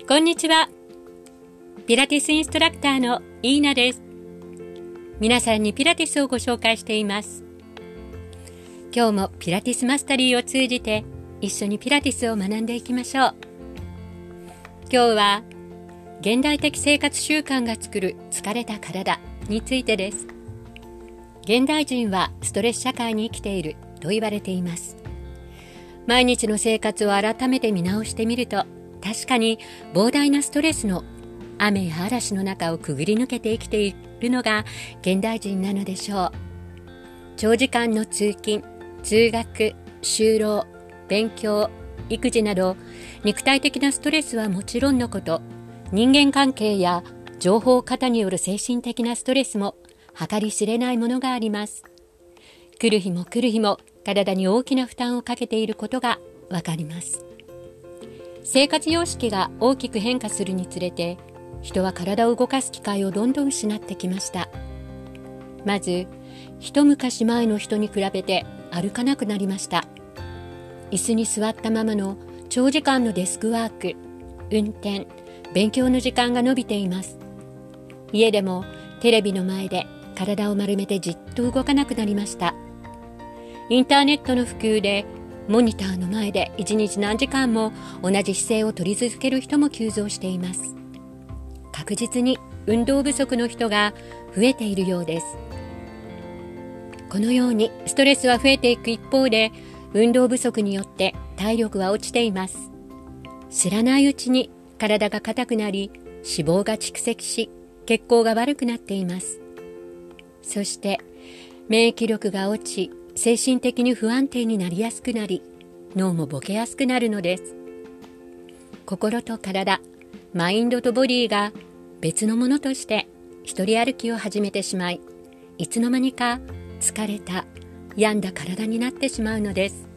こんにちは。ピラティスインストラクターのイーナです。皆さんにピラティスをご紹介しています。今日もピラティスマスタリーを通じて一緒にピラティスを学んでいきましょう。今日は現代的生活習慣が作る疲れた体についてです。現代人はストレス社会に生きていると言われています。毎日の生活を改めて見直してみると、確かに膨大なストレスの雨や嵐の中をくぐり抜けて生きているのが現代人なのでしょう。長時間の通勤、通学、就労、勉強、育児など肉体的なストレスはもちろんのこと、人間関係や情報過多による精神的なストレスも計り知れないものがあります。来る日も来る日も体に大きな負担をかけていることがわかります。生活様式が大きく変化するにつれて、人は体を動かす機会をどんどん失ってきました。まず、一昔前の人に比べて歩かなくなりました。椅子に座ったままの長時間のデスクワーク、運転、勉強の時間が延びています。家でもテレビの前で体を丸めてじっと動かなくなりました。インターネットの普及でモニターの前で一日何時間も同じ姿勢を取り続ける人も急増しています。確実に運動不足の人が増えているようです。このようにストレスは増えていく一方で、運動不足によって体力は落ちています。知らないうちに体が硬くなり、脂肪が蓄積し、血行が悪くなっています。そして免疫力が落ち、精神的に不安定になりやすくなり、脳もボケやすくなるのです。心と体、マインドとボディが別のものとして一人歩きを始めてしまい、いつの間にか疲れた、病んだ体になってしまうのです。